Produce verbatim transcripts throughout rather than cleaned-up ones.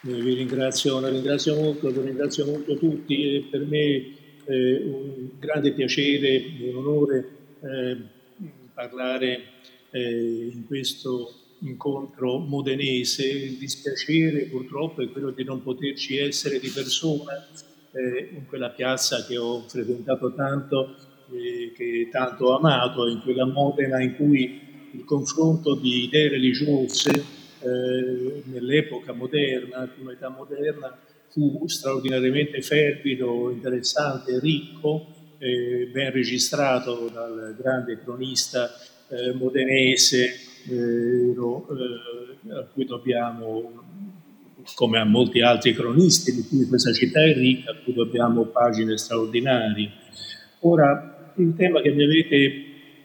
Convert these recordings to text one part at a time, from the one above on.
Eh, vi ringrazio, la ringrazio molto, vi ringrazio molto tutti. È per me è un grande piacere, un onore eh, parlare eh, in questo incontro modenese. Il dispiacere purtroppo è quello di non poterci essere di persona eh, in quella piazza che ho frequentato tanto, eh, che tanto ho amato, in quella Modena in cui il confronto di idee religiose eh, nell'epoca moderna, prima età moderna, fu straordinariamente fervido, interessante, ricco, eh, ben registrato dal grande cronista eh, modenese, eh, no, eh, a cui dobbiamo, come a molti altri cronisti di cui questa città è ricca, a cui dobbiamo pagine straordinarie. Ora, il tema che mi avete eh,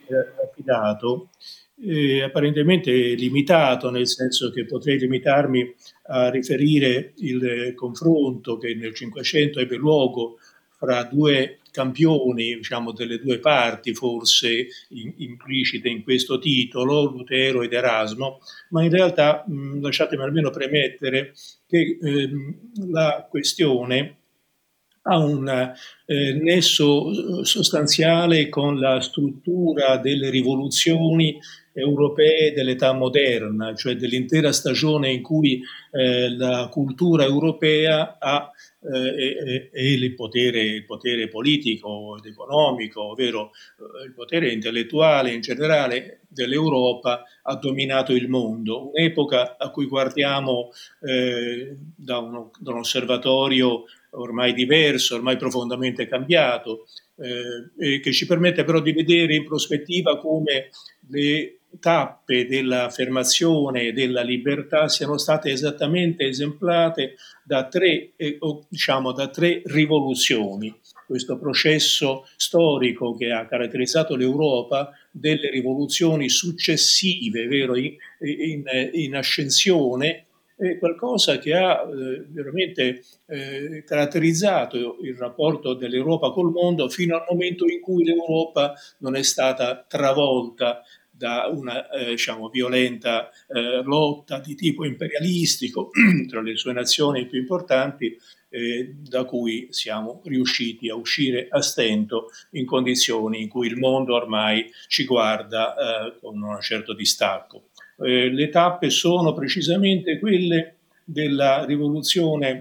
affidato è apparentemente limitato, nel senso che potrei limitarmi a riferire il confronto che nel Cinquecento ebbe luogo fra due campioni, diciamo delle due parti forse in, implicite in questo titolo, Lutero ed Erasmo, ma in realtà mh, lasciatemi almeno premettere che ehm, la questione ha un eh, nesso sostanziale con la struttura delle rivoluzioni europee dell'età moderna, cioè dell'intera stagione in cui eh, la cultura europea ha eh, e, e il, potere, il potere politico ed economico, ovvero eh, il potere intellettuale in generale dell'Europa ha dominato il mondo. Un'epoca a cui guardiamo eh, da, uno, da un osservatorio ormai diverso, ormai profondamente cambiato, eh, e che ci permette però di vedere in prospettiva come le tappe dell'affermazione della libertà siano state esattamente esemplate da tre, eh, diciamo, da tre rivoluzioni. Questo processo storico che ha caratterizzato l'Europa, delle rivoluzioni successive, vero, in, in, in ascensione, è qualcosa che ha eh, veramente eh, caratterizzato il rapporto dell'Europa col mondo fino al momento in cui l'Europa non è stata travolta da una eh, diciamo, violenta eh, lotta di tipo imperialistico tra le sue nazioni più importanti, eh, da cui siamo riusciti a uscire a stento in condizioni in cui il mondo ormai ci guarda eh, con un certo distacco. Eh, le tappe sono precisamente quelle della rivoluzione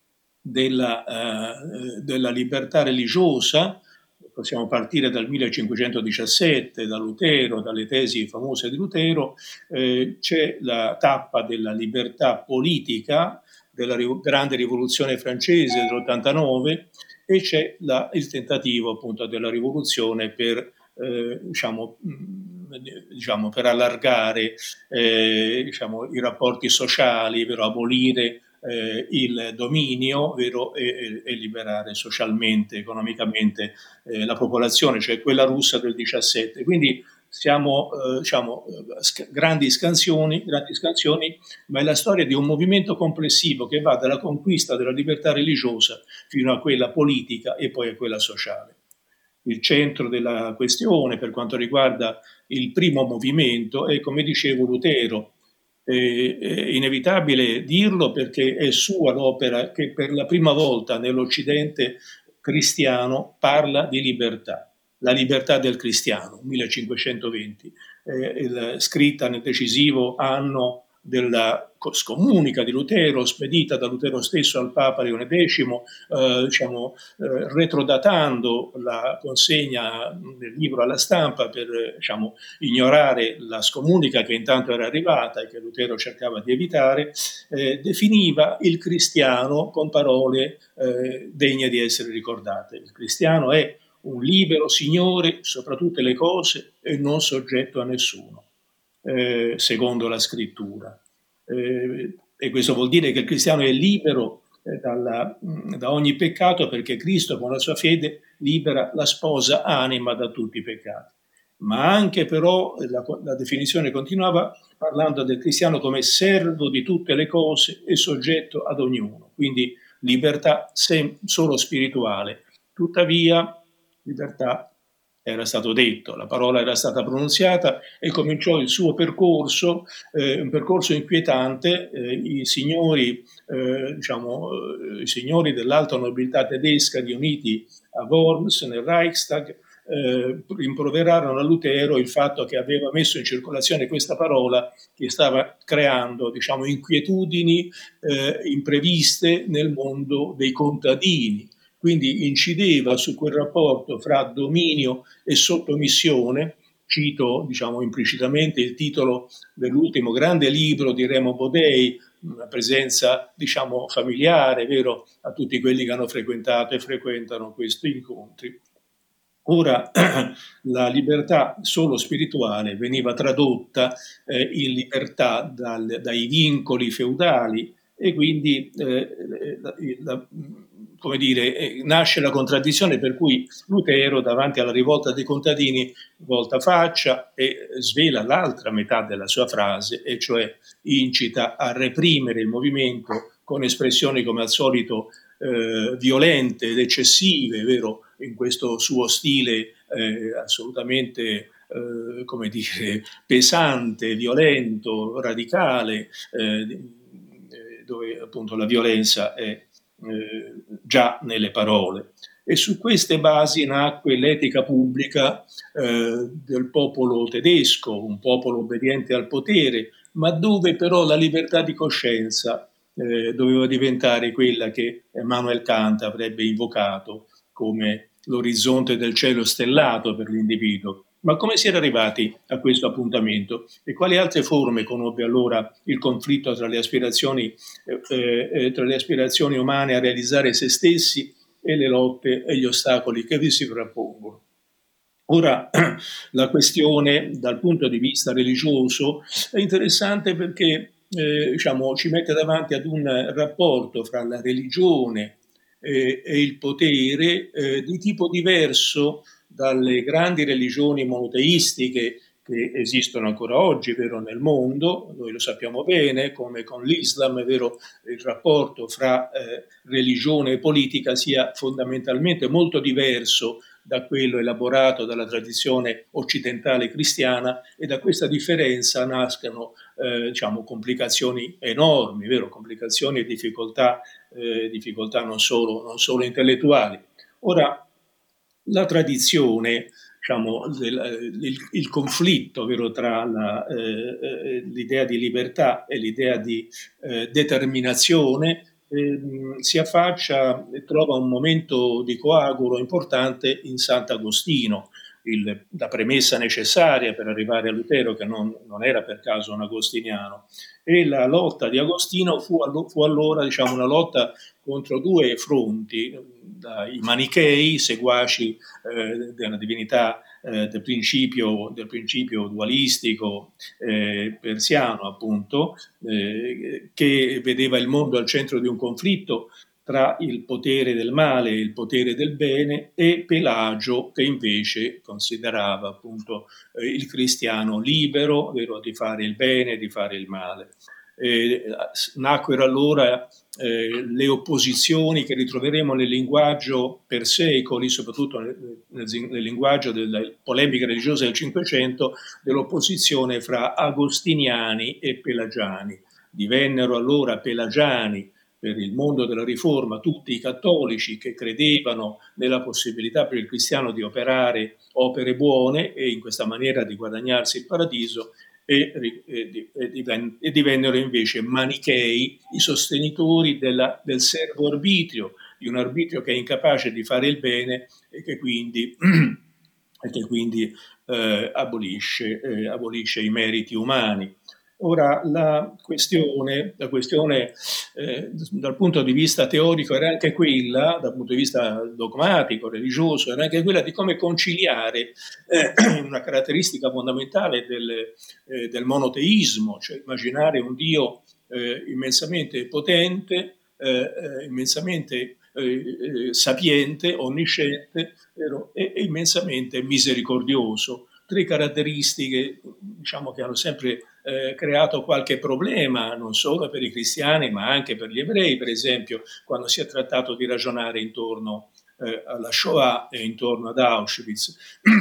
della, eh, della libertà religiosa. Possiamo partire dal millecinquecentodiciassette, da Lutero, dalle tesi famose di Lutero. Eh, c'è la tappa della libertà politica, della grande rivoluzione francese dell'ottantanove, e c'è la, il tentativo appunto della rivoluzione per, eh, diciamo, diciamo, per allargare eh, diciamo, i rapporti sociali, per abolire eh, il dominio, vero, e, e, liberare socialmente, economicamente eh, la popolazione, cioè quella russa del diciassette. Quindi siamo eh, diciamo, sc- grandi scansioni, grandi scansioni, ma è la storia di un movimento complessivo che va dalla conquista della libertà religiosa fino a quella politica e poi a quella sociale. Il centro della questione per quanto riguarda il primo movimento è, come dicevo, Lutero. È, è inevitabile dirlo perché è sua l'opera che per la prima volta nell'Occidente cristiano parla di libertà, la libertà del cristiano, millecinquecentoventi, eh, il, scritta nel decisivo anno della scomunica di Lutero, spedita da Lutero stesso al Papa Leone decimo, eh, diciamo, eh, retrodatando la consegna del libro alla stampa per diciamo, ignorare la scomunica che intanto era arrivata e che Lutero cercava di evitare, eh, definiva il cristiano con parole eh, degne di essere ricordate. Il cristiano è un libero signore sopra tutte le cose e non soggetto a nessuno, eh, secondo la scrittura. Eh, e questo vuol dire che il cristiano è libero eh, dalla, da ogni peccato perché Cristo con la sua fede libera la sposa anima da tutti i peccati. Ma anche però la, la definizione continuava parlando del cristiano come servo di tutte le cose e soggetto ad ognuno, quindi libertà sem- solo spirituale, tuttavia libertà era stato detto, la parola era stata pronunziata e cominciò il suo percorso, eh, un percorso inquietante. Eh, I signori, eh, diciamo, eh, i signori dell'alta nobiltà tedesca riuniti a Worms nel Reichstag eh, rimproverarono a Lutero il fatto che aveva messo in circolazione questa parola che stava creando, diciamo, inquietudini eh, impreviste nel mondo dei contadini. Quindi incideva su quel rapporto fra dominio e sottomissione. Cito, diciamo, implicitamente il titolo dell'ultimo grande libro di Remo Bodei, una presenza, diciamo, familiare, vero, a tutti quelli che hanno frequentato e frequentano questi incontri. Ora la libertà solo spirituale veniva tradotta eh, in libertà dal, dai vincoli feudali e quindi eh, la, la, come dire, eh, nasce la contraddizione per cui Lutero davanti alla rivolta dei contadini volta faccia e svela l'altra metà della sua frase, e cioè incita a reprimere il movimento con espressioni come al solito eh, violente ed eccessive, vero, in questo suo stile eh, assolutamente eh, come dire, pesante, violento, radicale, eh, dove appunto la violenza è eh, già nelle parole. E su queste basi nacque l'etica pubblica eh, del popolo tedesco, un popolo obbediente al potere, ma dove però la libertà di coscienza eh, doveva diventare quella che Immanuel Kant avrebbe invocato come l'orizzonte del cielo stellato per l'individuo. Ma come si era arrivati a questo appuntamento? E quali altre forme conobbe allora il conflitto tra le aspirazioni, eh, eh, tra le aspirazioni umane a realizzare se stessi e le lotte e gli ostacoli che vi si frappongono? Ora, la questione dal punto di vista religioso è interessante perché eh, diciamo, ci mette davanti ad un rapporto fra la religione eh, e il potere eh, di tipo diverso dalle grandi religioni monoteistiche che esistono ancora oggi, vero, nel mondo. Noi lo sappiamo bene, come con l'Islam, è vero, il rapporto fra eh, religione e politica sia fondamentalmente molto diverso da quello elaborato dalla tradizione occidentale cristiana, e da questa differenza nascono eh, diciamo, complicazioni enormi, vero? Complicazioni e difficoltà, eh, difficoltà non solo, non solo intellettuali. Ora, la tradizione, diciamo, del, il, il conflitto, vero, tra la, eh, l'idea di libertà e l'idea di eh, determinazione eh, si affaccia e trova un momento di coagulo importante in Sant'Agostino, il, la premessa necessaria per arrivare a Lutero, che non, non era per caso un agostiniano. E la lotta di Agostino fu, fu allora, diciamo, una lotta contro due fronti: i manichei, seguaci eh, della divinità eh, del, principio, del principio dualistico eh, persiano, appunto, eh, che vedeva il mondo al centro di un conflitto tra il potere del male e il potere del bene, e Pelagio, che invece considerava appunto eh, il cristiano libero, vero, di fare il bene e di fare il male. Eh, nacquero allora eh, le opposizioni che ritroveremo nel linguaggio per secoli, soprattutto nel, nel, nel linguaggio delle polemiche religiose del Cinquecento, dell'opposizione fra agostiniani e pelagiani. Divennero allora pelagiani per il mondo della Riforma tutti i cattolici che credevano nella possibilità per il cristiano di operare opere buone e in questa maniera di guadagnarsi il paradiso, e, e, e divennero invece manichei, i sostenitori della, del servo arbitrio, di un arbitrio che è incapace di fare il bene e che quindi, e che quindi eh, abolisce, eh, abolisce i meriti umani. Ora, la questione, la questione eh, dal punto di vista teorico era anche quella, dal punto di vista dogmatico, religioso, era anche quella di come conciliare eh, una caratteristica fondamentale del, eh, del monoteismo, cioè immaginare un Dio eh, immensamente potente, eh, immensamente eh, sapiente, onnisciente, vero? E, e immensamente misericordioso. Tre caratteristiche, diciamo, che hanno sempre eh, creato qualche problema, non solo per i cristiani, ma anche per gli ebrei, per esempio, quando si è trattato di ragionare intorno eh, alla Shoah e intorno ad Auschwitz,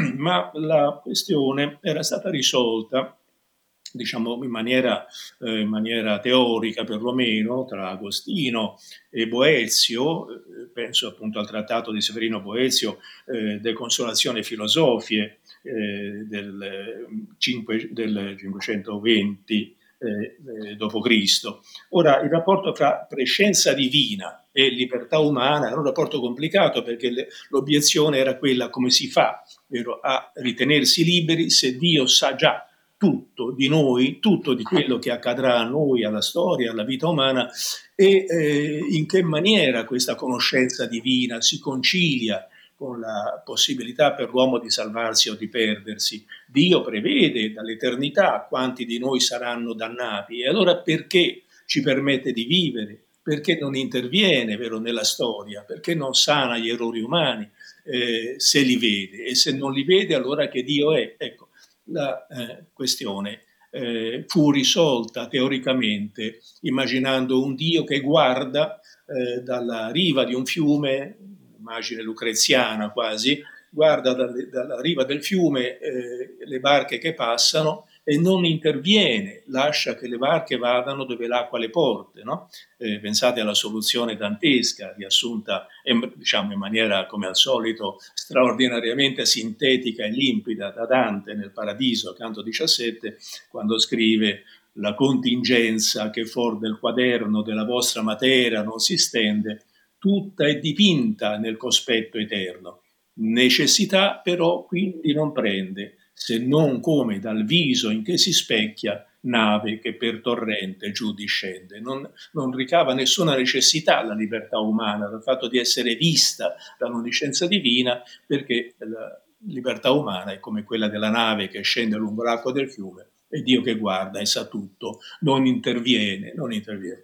ma la questione era stata risolta, diciamo, in maniera, eh, in maniera teorica perlomeno, tra Agostino e Boezio. Eh, penso appunto al trattato di Severino Boezio, eh, De Consolatione Filosofie, eh, del, cinque, del cinquecentoventi eh, eh, dopo Cristo. Ora, il rapporto tra prescienza divina e libertà umana era un rapporto complicato, perché le, l'obiezione era quella: come si fa, vero, a ritenersi liberi se Dio sa già tutto di noi, tutto di quello che accadrà a noi, alla storia, alla vita umana, e eh, in che maniera questa conoscenza divina si concilia con la possibilità per l'uomo di salvarsi o di perdersi. Dio prevede dall'eternità quanti di noi saranno dannati, e allora perché ci permette di vivere? Perché non interviene, vero, nella storia? Perché non sana gli errori umani, eh, se li vede? E se non li vede, allora che Dio è? Ecco, la eh, questione eh, fu risolta teoricamente immaginando un Dio che guarda eh, dalla riva di un fiume, immagine lucreziana quasi, guarda dalle, dalla riva del fiume eh, le barche che passano e non interviene, lascia che le barche vadano dove l'acqua le porta, no? Eh, pensate alla soluzione dantesca, riassunta in, diciamo, in maniera, come al solito, straordinariamente sintetica e limpida da Dante nel Paradiso, canto diciassette, quando scrive: la contingenza che fuor del quaderno della vostra matera non si stende, tutta è dipinta nel cospetto eterno. Necessità però quindi non prende, se non come dal viso in che si specchia nave che per torrente giù discende. Non, non ricava nessuna necessità la libertà umana dal fatto di essere vista dall'onniscienza divina, perché la libertà umana è come quella della nave che scende lungo l'acqua del fiume, e Dio che guarda e sa tutto, non interviene, non interviene.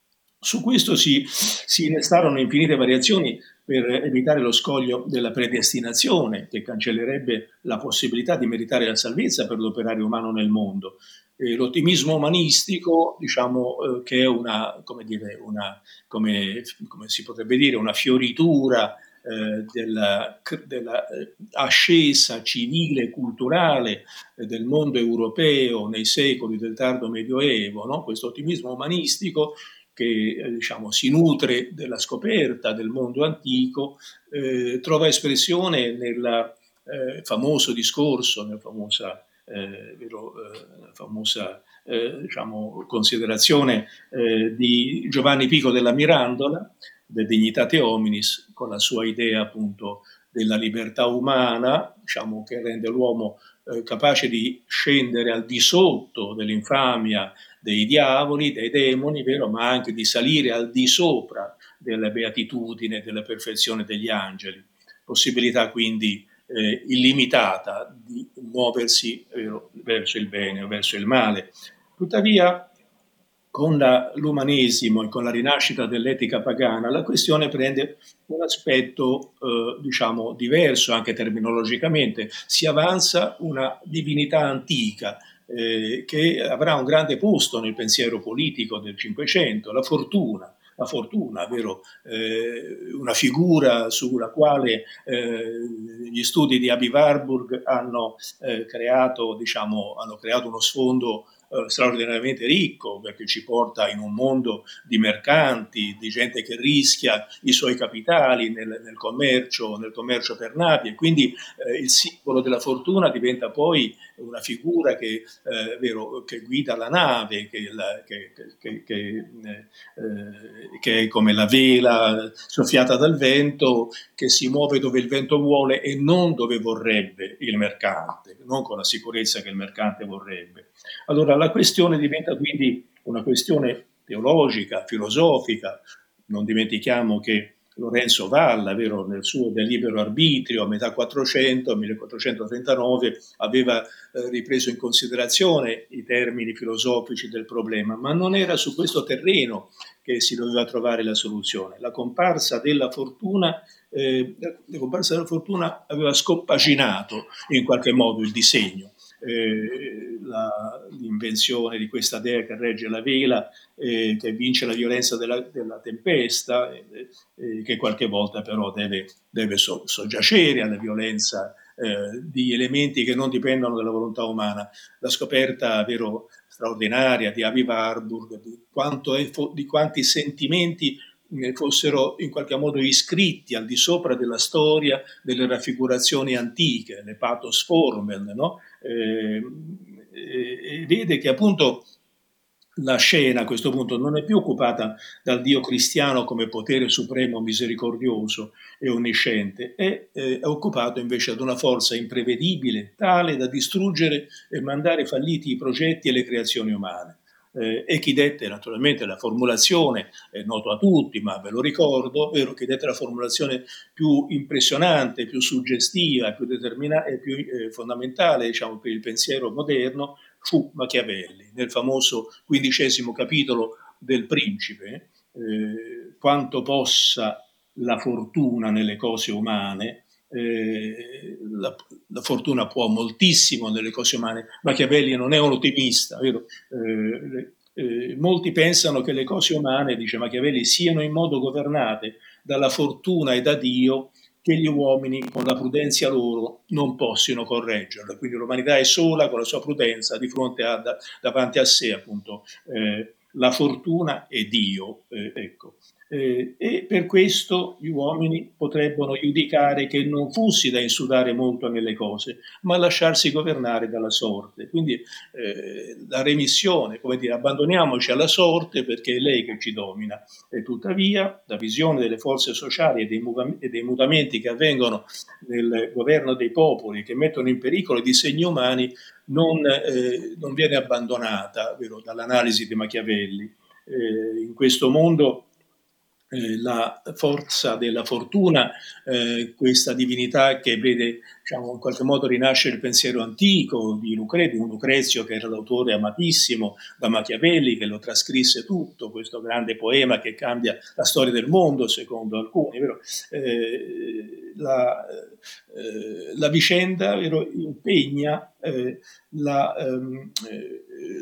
Su questo si, si innestarono infinite variazioni per evitare lo scoglio della predestinazione, che cancellerebbe la possibilità di meritare la salvezza per l'operario umano nel mondo. Eh, l'ottimismo umanistico, diciamo, eh, che è una, come dire, una, come, come si potrebbe dire, una fioritura eh, della, della eh, ascesa civile e culturale eh, del mondo europeo nei secoli del tardo medioevo, no? Questo ottimismo umanistico che eh, diciamo, si nutre della scoperta del mondo antico, eh, trova espressione nel eh, famoso discorso, nella famosa, eh, vero, eh, famosa eh, diciamo, considerazione eh, di Giovanni Pico della Mirandola, De Dignitate Hominis, con la sua idea appunto della libertà umana, diciamo, che rende l'uomo eh, capace di scendere al di sotto dell'infamia dei diavoli, dei demoni, vero? Ma anche di salire al di sopra della beatitudine, della perfezione degli angeli. Possibilità quindi eh, illimitata di muoversi vero, verso il bene o verso il male. Tuttavia, con la, l'umanesimo e con la rinascita dell'etica pagana, la questione prende un aspetto, eh, diciamo, diverso anche terminologicamente. Si avanza una divinità antica, eh, che avrà un grande posto nel pensiero politico del Cinquecento, la fortuna. La fortuna, vero? Eh, una figura sulla quale eh, gli studi di Aby Warburg hanno, eh, creato, diciamo, hanno creato uno sfondo eh, straordinariamente ricco, perché ci porta in un mondo di mercanti, di gente che rischia i suoi capitali nel, nel commercio, nel commercio per navi, e quindi eh, il simbolo della fortuna diventa poi una figura che, eh, vero, che guida la nave, che, la, che, che, che, eh, che è come la vela soffiata dal vento, che si muove dove il vento vuole e non dove vorrebbe il mercante, non con la sicurezza che il mercante vorrebbe. Allora la questione diventa quindi una questione teologica, filosofica. Non dimentichiamo che Lorenzo Valla, vero, nel suo Del libero arbitrio a metà Quattrocento, millequattrocentotrentanove, aveva eh, ripreso in considerazione i termini filosofici del problema, ma non era su questo terreno che si doveva trovare la soluzione. La comparsa della fortuna, eh, la comparsa della fortuna aveva scompaginato in qualche modo il disegno. eh, la, l'invenzione di questa dea che regge la vela, eh, che vince la violenza della, della tempesta, eh, eh, che qualche volta però deve, deve so, soggiacere alla violenza eh, di elementi che non dipendono dalla volontà umana. La scoperta, vero, straordinaria di Avi Warburg, di, quanto è, di quanti sentimenti fossero in qualche modo iscritti al di sopra della storia delle raffigurazioni antiche, le pathos formel, no? Eh, e vede che appunto la scena a questo punto non è più occupata dal Dio cristiano come potere supremo, misericordioso e onnisciente, è, è occupato invece da una forza imprevedibile, tale da distruggere e mandare falliti i progetti e le creazioni umane. Eh, e chi dette naturalmente la formulazione, è noto a tutti, ma ve lo ricordo, vero, chi dette la formulazione più impressionante, più suggestiva, più determinata e più eh, fondamentale, diciamo, per il pensiero moderno, fu Machiavelli. Nel famoso quindicesimo capitolo del Principe, eh, quanto possa la fortuna nelle cose umane, eh, la, la fortuna può moltissimo nelle cose umane. Machiavelli non è un ottimista, vero? Eh, eh, molti pensano che le cose umane, dice Machiavelli, siano in modo governate dalla fortuna e da Dio, che gli uomini con la prudenza loro non possono correggerla. Quindi l'umanità è sola con la sua prudenza di fronte a, da, davanti a sé appunto eh, la fortuna e Dio. Eh, ecco. Eh, e per questo gli uomini potrebbero giudicare che non fossi da insudare molto nelle cose, ma lasciarsi governare dalla sorte. Quindi eh, la remissione, come dire, abbandoniamoci alla sorte perché è lei che ci domina. E tuttavia la visione delle forze sociali e dei, mutam- e dei mutamenti che avvengono nel governo dei popoli, che mettono in pericolo i disegni umani, non, eh, non viene abbandonata, vero, dall'analisi di Machiavelli. Eh, in questo mondo eh, la forza della fortuna, eh, questa divinità che vede, diciamo, in qualche modo rinascere il pensiero antico di Lucrezio, un Lucrezio che era l'autore amatissimo da Machiavelli, che lo trascrisse tutto, questo grande poema che cambia la storia del mondo, secondo alcuni. Vero? Eh, la, eh, la vicenda, vero, impegna eh, la, ehm, eh,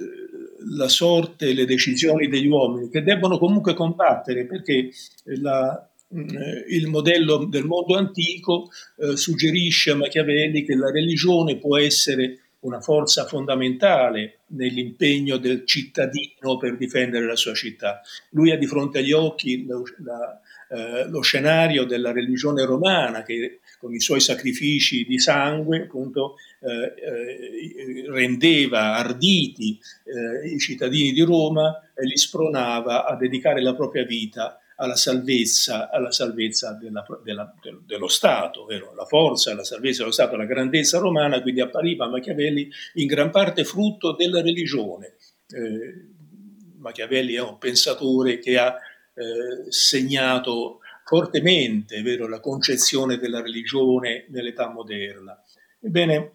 la sorte e le decisioni degli uomini, che debbono comunque combattere, perché la, il modello del mondo antico eh, suggerisce a Machiavelli che la religione può essere una forza fondamentale nell'impegno del cittadino per difendere la sua città. Lui ha di fronte agli occhi lo, la, eh, lo scenario della religione romana che con i suoi sacrifici di sangue appunto eh, eh, rendeva arditi eh, i cittadini di Roma e li spronava a dedicare la propria vita alla salvezza, alla salvezza della, della, dello Stato, vero? La forza, la salvezza dello Stato, la grandezza romana, quindi appariva a Machiavelli in gran parte frutto della religione. Eh, Machiavelli è un pensatore che ha eh, segnato fortemente, vero, la concezione della religione nell'età moderna. Ebbene,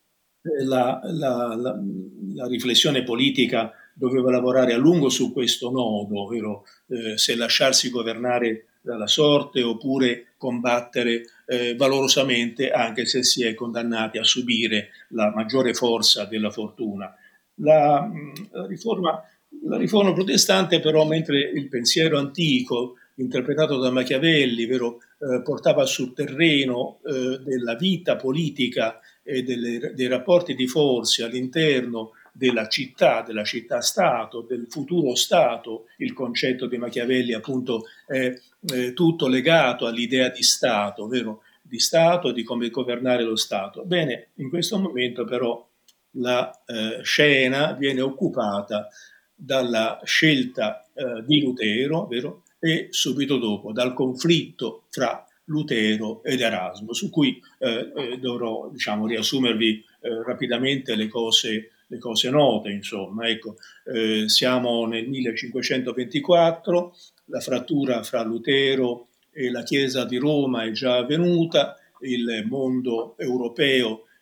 la, la, la, la riflessione politica doveva lavorare a lungo su questo nodo, ovvero eh, se lasciarsi governare dalla sorte oppure combattere eh, valorosamente anche se si è condannati a subire la maggiore forza della fortuna. La, la, riforma, la riforma protestante però, mentre il pensiero antico interpretato da Machiavelli, vero, eh, portava sul terreno eh, della vita politica e delle, dei rapporti di forze all'interno della città, della città-stato, del futuro Stato. Il concetto di Machiavelli appunto è eh, tutto legato all'idea di Stato, vero? Di Stato, di come governare lo Stato. Bene, in questo momento però la eh, scena viene occupata dalla scelta eh, di Lutero, vero? E subito dopo dal conflitto fra Lutero ed Erasmo, su cui eh, eh, dovrò, diciamo, riassumervi eh, rapidamente le cose, le cose note. Insomma, ecco, eh, siamo nel millecinquecentoventiquattro, la frattura fra Lutero e la Chiesa di Roma è già avvenuta, il mondo europeo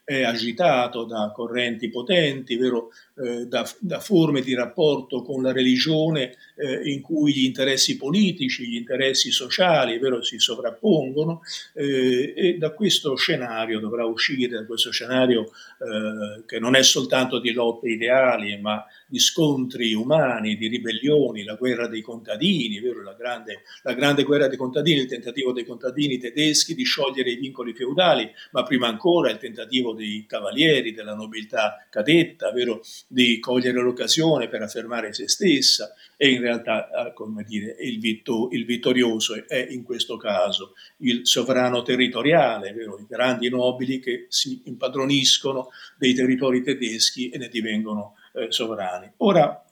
è agitato da correnti potenti, vero? Eh, da, da forme di rapporto con la religione eh, in cui gli interessi politici, gli interessi sociali, vero, si sovrappongono, eh, e da questo scenario dovrà uscire, da questo scenario eh, che non è soltanto di lotte ideali, ma di scontri umani, di ribellioni, la guerra dei contadini, vero? La grande, la grande guerra dei contadini, il tentativo dei contadini tedeschi di sciogliere i vincoli feudali, ma prima ancora il tentativo dei cavalieri, della nobiltà cadetta, vero? Di cogliere l'occasione per affermare se stessa, e in realtà, come dire, il, vitto, il vittorioso è in questo caso il sovrano territoriale, vero? I grandi nobili che si impadroniscono dei territori tedeschi e ne divengono eh, sovrani. Ora,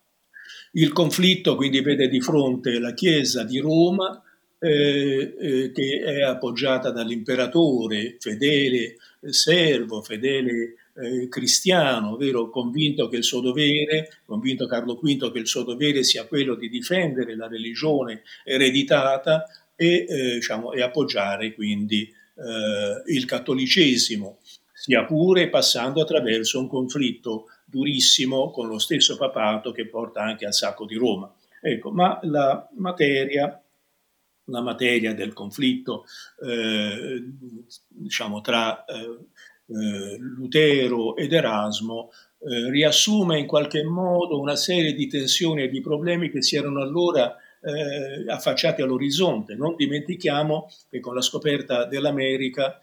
il conflitto quindi vede di fronte la Chiesa di Roma, eh, eh, che è appoggiata dall'imperatore, fedele eh, servo, fedele eh, cristiano, vero? Convinto che il suo dovere, convinto Carlo quinto che il suo dovere sia quello di difendere la religione ereditata e, eh, diciamo, e appoggiare quindi eh, il cattolicesimo, sia pure passando attraverso un conflitto durissimo con lo stesso papato che porta anche al sacco di Roma. Ecco, ma la materia, la materia del conflitto eh, diciamo, tra eh, eh, Lutero ed Erasmo eh, riassume in qualche modo una serie di tensioni e di problemi che si erano allora eh, affacciati all'orizzonte. Non dimentichiamo che con la scoperta dell'America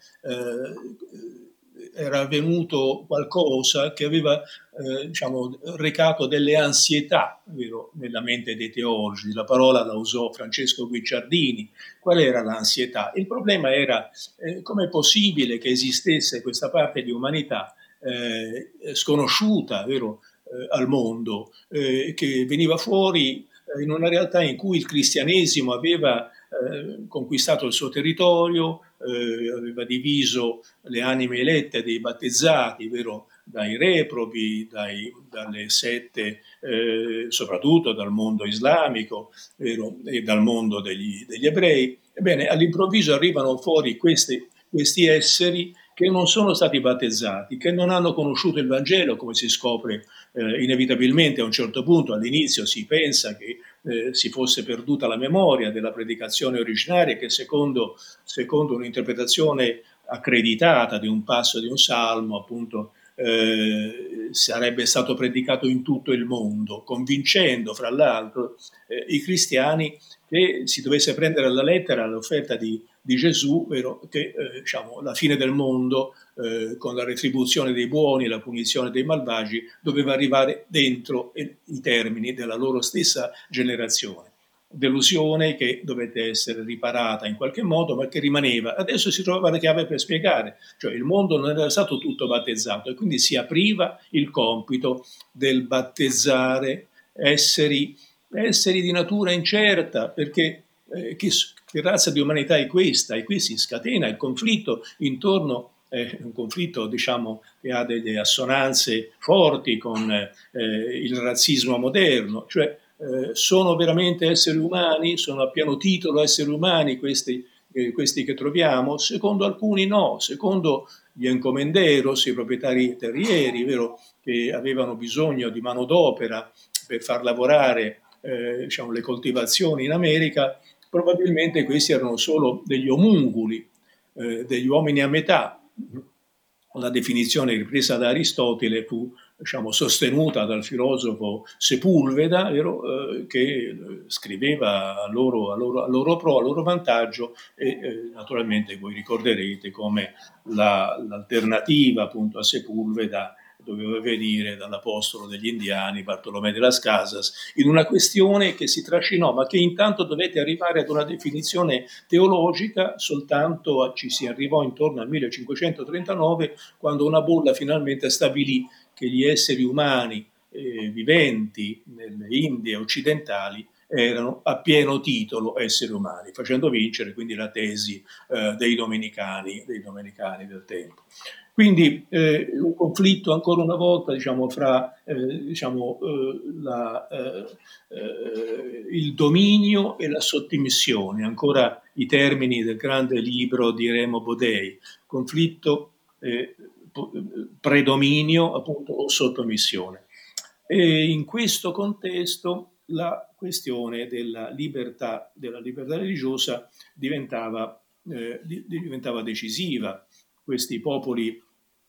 eh, era avvenuto qualcosa che aveva eh, diciamo, recato delle ansietà, vero, nella mente dei teologi. La parola la usò Francesco Guicciardini. Qual era l'ansietà? Il problema era eh, com'è possibile che esistesse questa parte di umanità eh, sconosciuta, vero, eh, al mondo, eh, che veniva fuori eh, in una realtà in cui il cristianesimo aveva eh, conquistato il suo territorio, eh, aveva diviso le anime elette dei battezzati, vero, dai reprobi, dai, dalle sette, eh, soprattutto dal mondo islamico, vero, e dal mondo degli, degli ebrei. Ebbene, all'improvviso arrivano fuori questi, questi esseri che non sono stati battezzati, che non hanno conosciuto il Vangelo, come si scopre eh, inevitabilmente a un certo punto. All'inizio si pensa che eh, si fosse perduta la memoria della predicazione originaria, che secondo, secondo un'interpretazione accreditata di un passo di un salmo, appunto, eh, sarebbe stato predicato in tutto il mondo, convincendo fra l'altro eh, i cristiani che si dovesse prendere alla lettera l'offerta di, di Gesù, vero, che eh, diciamo, la fine del mondo, eh, con la retribuzione dei buoni e la punizione dei malvagi, doveva arrivare dentro eh, i termini della loro stessa generazione. Delusione che dovette essere riparata in qualche modo, ma che rimaneva. Adesso si trovava la chiave per spiegare, cioè il mondo non era stato tutto battezzato e quindi si apriva il compito del battezzare esseri, esseri di natura incerta, perché eh, che, che razza di umanità è questa? E qui si scatena il conflitto intorno eh, un conflitto diciamo che ha delle assonanze forti con eh, il razzismo moderno, cioè eh, sono veramente esseri umani, sono a pieno titolo esseri umani questi, eh, questi che troviamo? Secondo alcuni no, secondo gli encomenderos, i proprietari terrieri, vero, che avevano bisogno di manodopera per far lavorare eh, diciamo, le coltivazioni in America, probabilmente questi erano solo degli omunculi, eh, degli uomini a metà. La definizione ripresa da Aristotele fu diciamo, sostenuta dal filosofo Sepulveda, vero, eh, che scriveva a loro, a, loro, a loro pro, a loro vantaggio e eh, naturalmente voi ricorderete come la, l'alternativa appunto a Sepulveda doveva venire dall'apostolo degli indiani Bartolomé de las Casas, in una questione che si trascinò, ma che intanto dovette arrivare ad una definizione teologica soltanto ci si arrivò intorno al millecinquecentotrentanove, quando una bolla finalmente stabilì che gli esseri umani eh, viventi nelle Indie occidentali erano a pieno titolo esseri umani, facendo vincere quindi la tesi eh, dei domenicani, dei domenicani del tempo. Quindi eh, un conflitto ancora una volta diciamo, fra eh, diciamo, eh, la, eh, eh, il dominio e la sottomissione, ancora i termini del grande libro di Remo Bodei, conflitto eh, predominio appunto o sottomissione. E in questo contesto la questione della libertà, della libertà religiosa diventava, eh, diventava decisiva. Questi popoli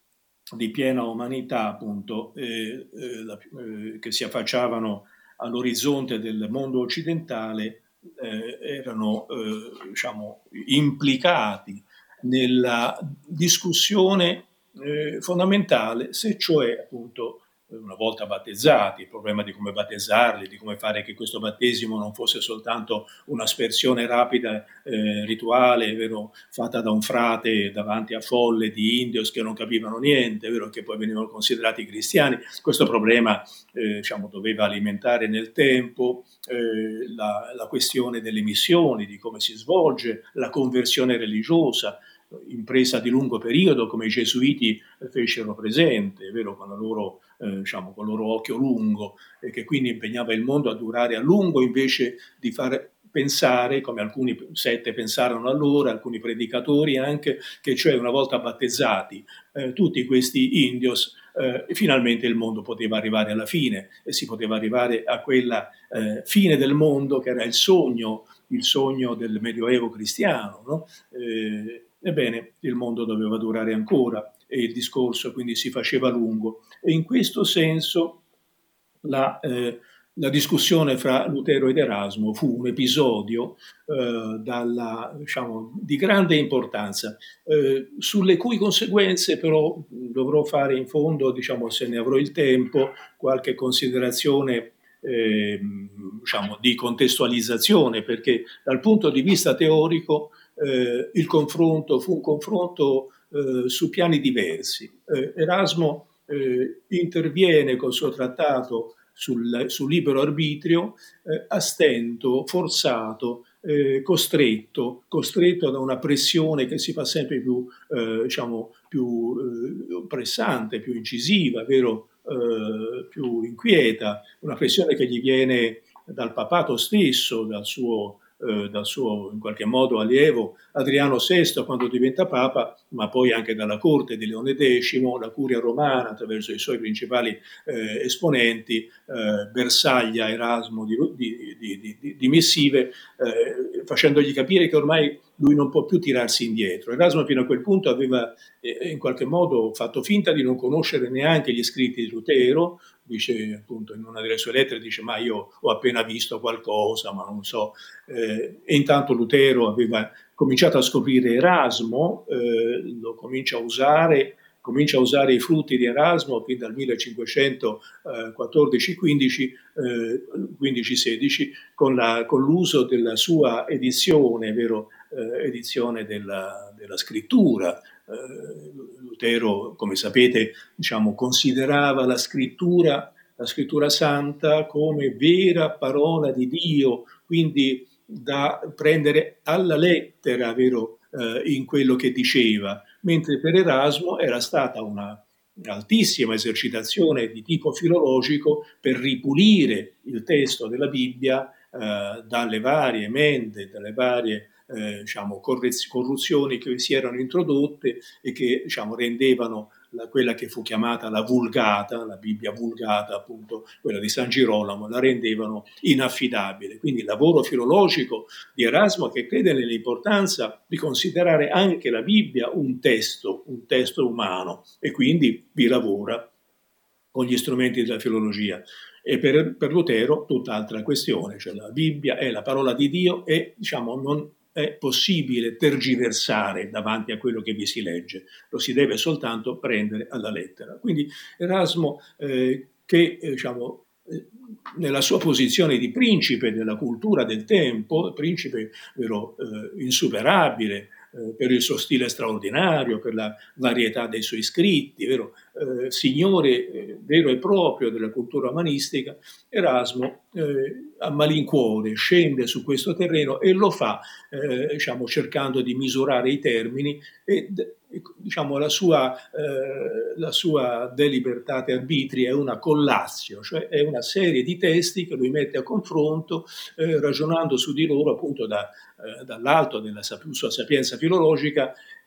di piena umanità, appunto, eh, eh, la, eh, che si affacciavano all'orizzonte del mondo occidentale, eh, erano eh, diciamo, implicati nella discussione eh, fondamentale, se cioè appunto una volta battezzati, il problema di come battezzarli, di come fare che questo battesimo non fosse soltanto un'aspersione rapida, eh, rituale, vero, fatta da un frate davanti a folle di indios che non capivano niente, vero, che poi venivano considerati cristiani. Questo problema eh, diciamo, doveva alimentare nel tempo eh, la, la questione delle missioni, di come si svolge la conversione religiosa, impresa di lungo periodo, come i gesuiti fecero presente, vero, con, la loro, eh, diciamo, con il loro occhio lungo, e che quindi impegnava il mondo a durare a lungo invece di far pensare, come alcuni sette pensarono allora, alcuni predicatori anche, che cioè una volta battezzati eh, tutti questi indios, eh, finalmente il mondo poteva arrivare alla fine e si poteva arrivare a quella eh, fine del mondo che era il sogno, il sogno del Medioevo cristiano, no? Eh, Ebbene, il mondo doveva durare ancora e il discorso quindi si faceva lungo. E in questo senso la, eh, la discussione fra Lutero ed Erasmo fu un episodio eh, dalla, diciamo, di grande importanza, eh, sulle cui conseguenze però dovrò fare in fondo, diciamo, se ne avrò il tempo, qualche considerazione eh, diciamo, di contestualizzazione, perché dal punto di vista teorico Eh, il confronto fu un confronto eh, su piani diversi. Eh, Erasmo eh, interviene col suo trattato sul, sul libero arbitrio eh, a stento, forzato, eh, costretto, costretto da una pressione che si fa sempre più, eh, diciamo, più eh, pressante, più incisiva, vero? Eh, più inquieta, una pressione che gli viene dal papato stesso, dal suo Eh, dal suo in qualche modo allievo Adriano sesto quando diventa papa, ma poi anche dalla corte di Leone decimo, la curia romana attraverso i suoi principali eh, esponenti, eh, bersaglia Erasmo di, di, di, di, di missive, eh, facendogli capire che ormai lui non può più tirarsi indietro. Erasmo fino a quel punto aveva eh, in qualche modo fatto finta di non conoscere neanche gli scritti di Lutero, dice appunto in una delle sue lettere, dice ma io ho appena visto qualcosa, ma non so. Eh, e intanto Lutero aveva cominciato a scoprire Erasmo, eh, lo comincia a usare, comincia a usare i frutti di Erasmo fin dal millecinquecentoquattordici quindici, eh, quindici sedici, con, la, con l'uso della sua edizione, vero, eh, edizione della, della scrittura. Eh, Lutero, come sapete, diciamo, considerava la scrittura, la scrittura santa come vera parola di Dio, quindi da prendere alla lettera, vero, eh, in quello che diceva, mentre per Erasmo era stata una altissima esercitazione di tipo filologico per ripulire il testo della Bibbia eh, dalle varie emende, dalle varie eh, diciamo, corruzioni che si erano introdotte e che diciamo, rendevano la, quella che fu chiamata la Vulgata, la Bibbia Vulgata, appunto quella di San Girolamo, la rendevano inaffidabile. Quindi il lavoro filologico di Erasmo, che crede nell'importanza di considerare anche la Bibbia un testo, un testo umano, e quindi vi lavora con gli strumenti della filologia. E per, per Lutero tutt'altra questione, cioè la Bibbia è la parola di Dio e diciamo non è possibile tergiversare davanti a quello che vi si legge, lo si deve soltanto prendere alla lettera. Quindi Erasmo, eh, che eh, diciamo, eh, nella sua posizione di principe della cultura del tempo, principe vero, eh, insuperabile, eh, per il suo stile straordinario, per la varietà dei suoi scritti, vero, eh, signore eh, vero e proprio della cultura umanistica, Erasmo eh, a malincuore scende su questo terreno e lo fa eh, diciamo, cercando di misurare i termini e diciamo, la sua, eh, la sua De Libertate Arbitri è una collatio, cioè è una serie di testi che lui mette a confronto eh, ragionando su di loro appunto da, eh, dall'alto della sua sapienza filologica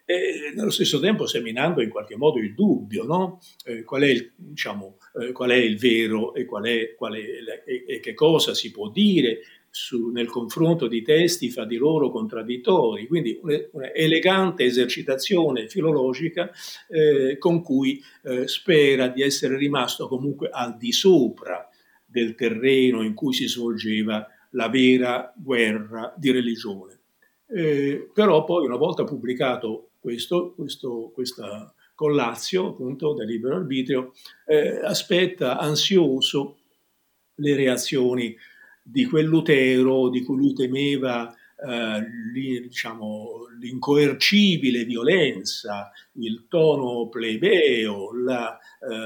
e nello stesso tempo seminando in qualche modo il dubbio, no? Eh, qual è il, diciamo, eh, qual è il vero e, qual è, qual è, e, e che cosa si può dire su, nel confronto di testi fra di loro contraddittori. Quindi un'elegante esercitazione filologica eh, con cui eh, spera di essere rimasto comunque al di sopra del terreno in cui si svolgeva la vera guerra di religione. Eh, però poi, una volta pubblicato questo, questo, questa collazio appunto del libero arbitrio, eh, aspetta ansioso le reazioni di quel Lutero di cui lui temeva eh, diciamo, l'incoercibile violenza, il tono plebeo, la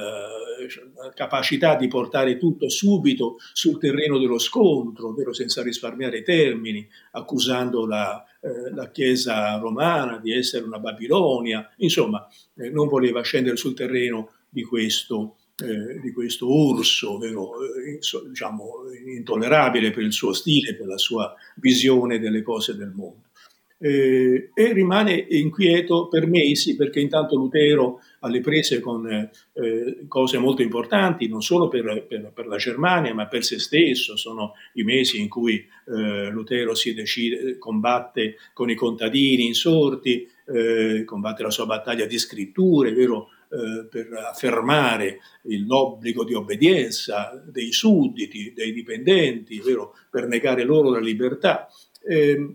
eh, capacità di portare tutto subito sul terreno dello scontro, ovvero senza risparmiare termini, accusando la, eh, la Chiesa romana di essere una Babilonia, insomma, eh, non voleva scendere sul terreno di questo Eh, di questo orso, ovvero, eh, diciamo, intollerabile per il suo stile, per la sua visione delle cose del mondo. Eh, e rimane inquieto per mesi perché intanto Lutero alle prese con eh, cose molto importanti, non solo per, per, per la Germania, ma per se stesso. Sono i mesi in cui eh, Lutero si decide, combatte con i contadini insorti, eh, combatte la sua battaglia di scritture, vero? Eh, per affermare l'obbligo di obbedienza dei sudditi, dei dipendenti, vero? Per negare loro la libertà. Eh,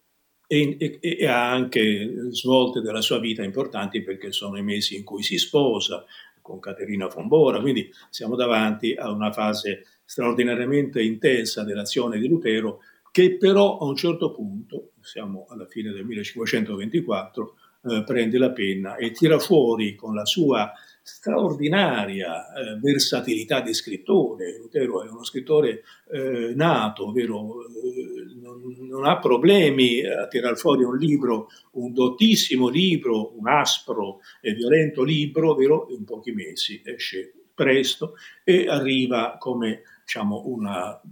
e, e, e ha anche svolte della sua vita importanti perché sono i mesi in cui si sposa con Caterina von Bora, quindi siamo davanti a una fase straordinariamente intensa dell'azione di Lutero, che però a un certo punto, siamo alla fine del millecinquecentoventiquattro, eh, prende la penna e tira fuori con la sua straordinaria eh, versatilità di scrittore. Lutero è uno scrittore eh, nato, ovvero eh, non, non ha problemi a tirar fuori un libro, un dottissimo libro, un aspro e violento libro, ovvero in pochi mesi esce presto e arriva come, diciamo, una,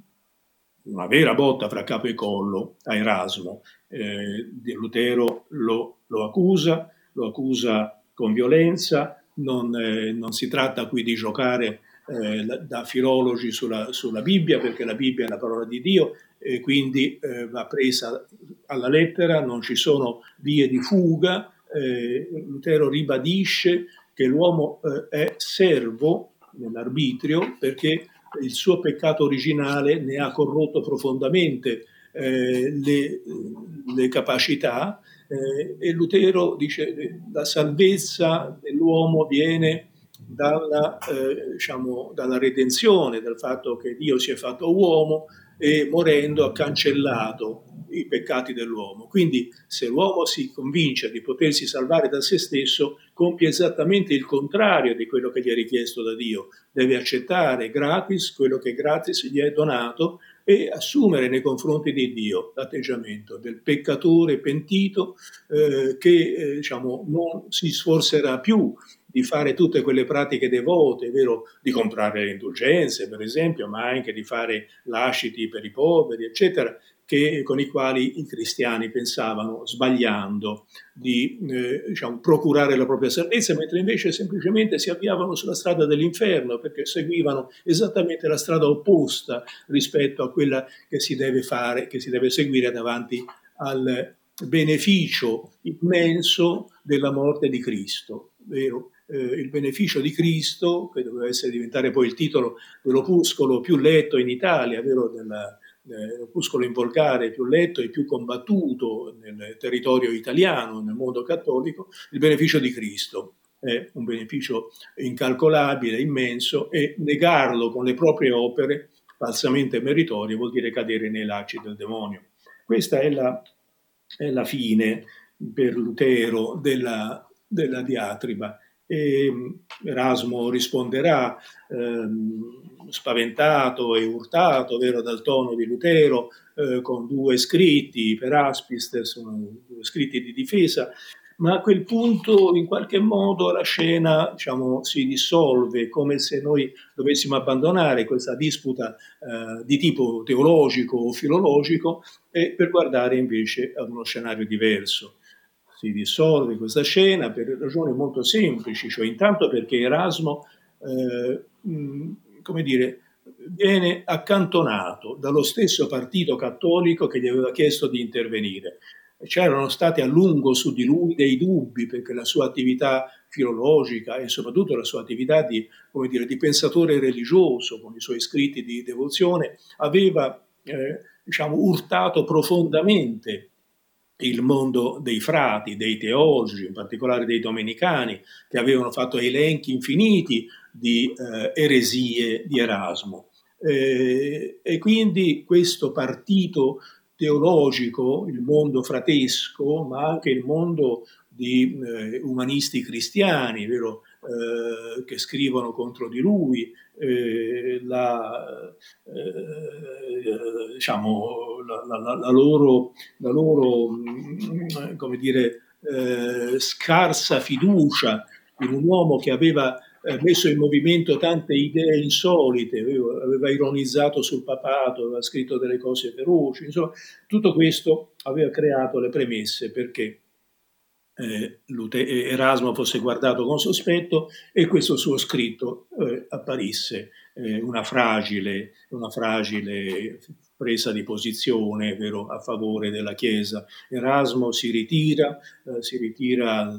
una vera botta fra capo e collo a Erasmo. Eh, Lutero lo, lo accusa, lo accusa con violenza. Non, eh, non si tratta qui di giocare eh, da filologi sulla, sulla Bibbia, perché la Bibbia è la parola di Dio e quindi eh, va presa alla lettera, non ci sono vie di fuga. Eh, Lutero ribadisce che l'uomo eh, è servo nell'arbitrio perché il suo peccato originale ne ha corrotto profondamente eh, le, le capacità. Eh, e Lutero dice la salvezza dell'uomo viene dalla, eh, diciamo, dalla redenzione, dal fatto che Dio si è fatto uomo e morendo ha cancellato i peccati dell'uomo. Quindi se l'uomo si convince di potersi salvare da se stesso, compie esattamente il contrario di quello che gli è richiesto da Dio. Deve accettare gratis quello che gratis gli è donato e assumere nei confronti di Dio l'atteggiamento del peccatore pentito eh, che eh, diciamo, non si sforzerà più di fare tutte quelle pratiche devote, vero? Di comprare le indulgenze, per esempio, ma anche di fare lasciti per i poveri, eccetera, che, con i quali i cristiani pensavano, sbagliando, di eh, diciamo, procurare la propria salvezza, mentre invece semplicemente si avviavano sulla strada dell'inferno, perché seguivano esattamente la strada opposta rispetto a quella che si deve fare, che si deve seguire davanti al beneficio immenso della morte di Cristo, vero? Eh, il beneficio di Cristo, che doveva essere diventare poi il titolo dell'opuscolo più letto in Italia, vero? Della, l'opuscolo in volgare più letto e più combattuto nel territorio italiano, nel mondo cattolico, il beneficio di Cristo. È un beneficio incalcolabile, immenso, e negarlo con le proprie opere falsamente meritorie vuol dire cadere nei lacci del demonio. Questa è la, è la fine per Lutero della, della diatriba. E Erasmo risponderà ehm, spaventato e urtato, vero, dal tono di Lutero, eh, con due scritti per Aspis, sono due scritti di difesa, ma a quel punto in qualche modo la scena, diciamo, si dissolve, come se noi dovessimo abbandonare questa disputa eh, di tipo teologico o filologico e per guardare invece ad uno scenario diverso. si dissolve questa scena per ragioni molto semplici, cioè intanto perché Erasmo, eh, mh, come dire, viene accantonato dallo stesso partito cattolico che gli aveva chiesto di intervenire. C'erano stati a lungo su di lui dei dubbi perché la sua attività filologica e soprattutto la sua attività di, come dire, di pensatore religioso con i suoi scritti di devozione aveva eh, diciamo, urtato profondamente il mondo dei frati, dei teologi, in particolare dei domenicani, che avevano fatto elenchi infiniti di eh, eresie di Erasmo. Eh, e quindi questo partito teologico, il mondo fratesco, ma anche il mondo di eh, umanisti cristiani, vero, eh, che scrivono contro di lui, eh, la, eh, diciamo, la, la, la loro, la loro mh, come dire, eh, scarsa fiducia in un uomo che aveva eh, messo in movimento tante idee insolite, aveva, aveva ironizzato sul papato, aveva scritto delle cose feroci, insomma, tutto questo aveva creato le premesse perché eh, Erasmo fosse guardato con sospetto e questo suo scritto eh, apparisse eh, una fragile, una fragile presa di posizione, vero, a favore della Chiesa. Erasmo si ritira, eh, si ritira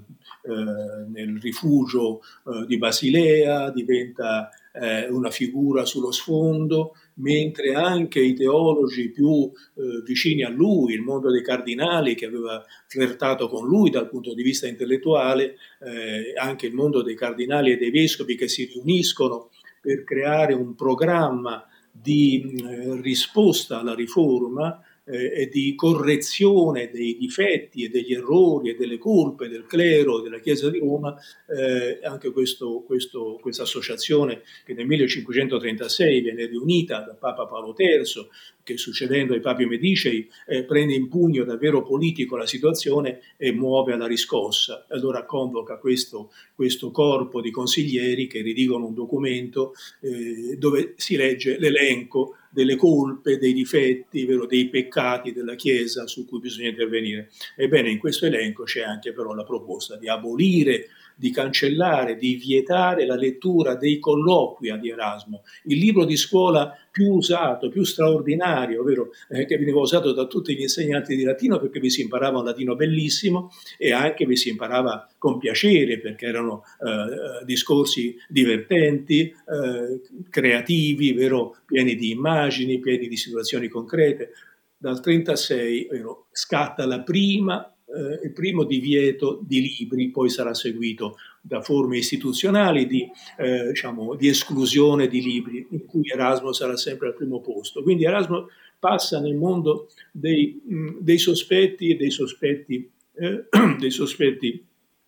eh, nel rifugio eh, di Basilea, diventa eh, una figura sullo sfondo, mentre anche i teologi più eh, vicini a lui, il mondo dei cardinali che aveva flirtato con lui dal punto di vista intellettuale, eh, anche il mondo dei cardinali e dei vescovi che si riuniscono per creare un programma di eh, risposta alla riforma eh, e di correzione dei difetti e degli errori e delle colpe del clero della Chiesa di Roma, eh, anche questo, questo, questa associazione che nel millecinquecentotrentasei viene riunita da Papa Paolo terzo, che succedendo ai papi medicei eh, prende in pugno davvero politico la situazione e muove alla riscossa. Allora convoca questo, questo corpo di consiglieri che redigono un documento eh, dove si legge l'elenco delle colpe, dei difetti, vero, dei peccati della Chiesa su cui bisogna intervenire. Ebbene, in questo elenco c'è anche però la proposta di abolire, di cancellare, di vietare la lettura dei colloquia di Erasmo, il libro di scuola più usato, più straordinario, ovvero eh, che veniva usato da tutti gli insegnanti di latino perché vi si imparava un latino bellissimo e anche vi si imparava con piacere perché erano eh, discorsi divertenti, eh, creativi, vero, pieni di immagini, pieni di situazioni concrete. Dal trentasei vero, scatta la prima Eh, il primo divieto di libri, poi sarà seguito da forme istituzionali di, eh, diciamo, di esclusione di libri, in cui Erasmo sarà sempre al primo posto. Quindi Erasmo passa nel mondo dei, mh, dei sospetti e dei sospetti, eh, dei sospetti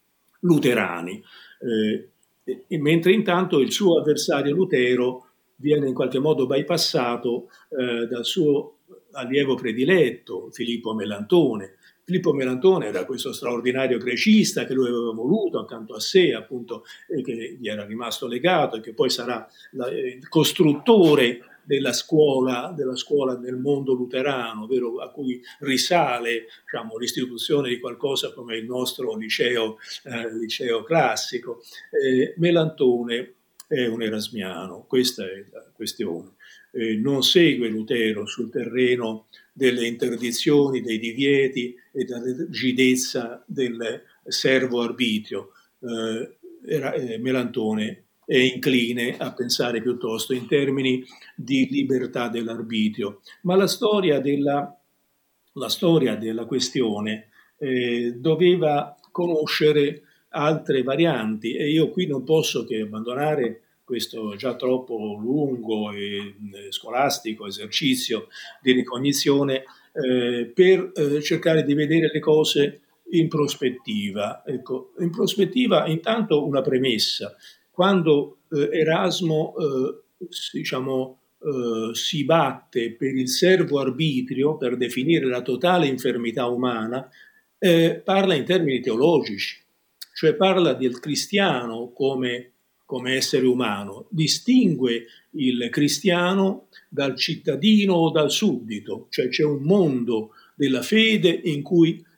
luterani, eh, e, mentre intanto il suo avversario Lutero viene in qualche modo bypassato eh, dal suo allievo prediletto, Filippo Melantone. Filippo Melantone era questo straordinario grecista che lui aveva voluto accanto a sé, appunto, e che gli era rimasto legato e che poi sarà la, il costruttore della scuola, della scuola nel mondo luterano, ovvero a cui risale, diciamo, l'istituzione di qualcosa come il nostro liceo, eh, liceo classico. Eh, Melantone è un erasmiano, questa è la questione. Eh, non segue Lutero sul terreno delle interdizioni, dei divieti e della rigidezza del servo arbitrio. Eh, era, eh, Melantone è incline a pensare piuttosto in termini di libertà dell'arbitrio. Ma la storia della, la storia della questione eh, doveva conoscere altre varianti e io qui non posso che abbandonare questo già troppo lungo e scolastico esercizio di ricognizione eh, per eh, cercare di vedere le cose in prospettiva. Ecco, in prospettiva intanto una premessa. Quando eh, Erasmo eh, diciamo, eh, si batte per il servo arbitrio, per definire la totale infermità umana, eh, parla in termini teologici, cioè parla del cristiano come come essere umano, distingue il cristiano dal cittadino o dal suddito, cioè c'è un mondo della fede in cui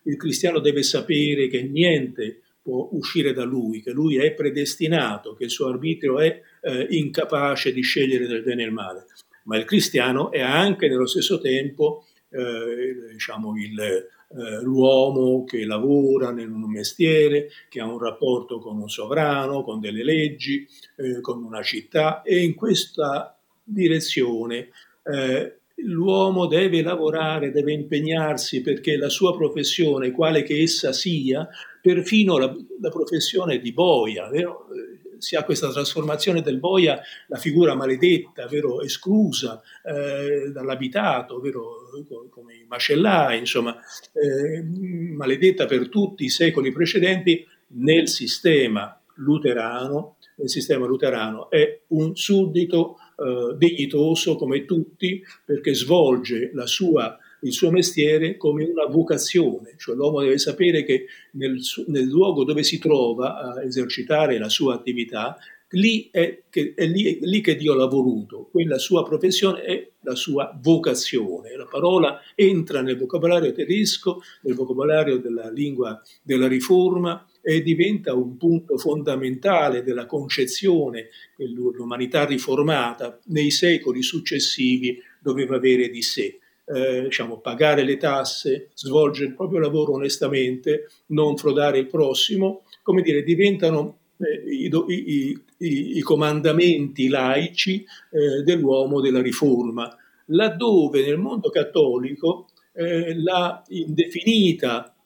il cristiano deve sapere che niente può uscire da lui, che lui è predestinato, che il suo arbitrio è eh, incapace di scegliere del bene e il male. Ma il cristiano è anche nello stesso tempo eh, diciamo il, eh, l'uomo che lavora in un mestiere, che ha un rapporto con un sovrano, con delle leggi, eh, con una città, e in questa direzione eh, l'uomo deve lavorare, deve impegnarsi perché la sua professione, quale che essa sia, perfino la, la professione di boia, vero? Si ha questa trasformazione del boia, la figura maledetta, vero? Esclusa eh, dall'abitato, vero? Come i macellai, insomma, eh, maledetta per tutti i secoli precedenti. Nel sistema luterano, nel sistema luterano è un suddito eh, dignitoso come tutti, perché svolge la sua, il suo mestiere come una vocazione, cioè l'uomo deve sapere che nel, nel luogo dove si trova a esercitare la sua attività, lì è, che, è, lì, è lì che Dio l'ha voluto, quella sua professione è la sua vocazione. La parola entra nel vocabolario tedesco, nel vocabolario della lingua della Riforma, e diventa un punto fondamentale della concezione che l'umanità riformata nei secoli successivi doveva avere di sé. Eh, diciamo, pagare le tasse, svolgere il proprio lavoro onestamente, non frodare il prossimo, come dire, diventano eh, i, i, i, i comandamenti laici eh, dell'uomo della Riforma, laddove nel mondo cattolico eh, la indefinita,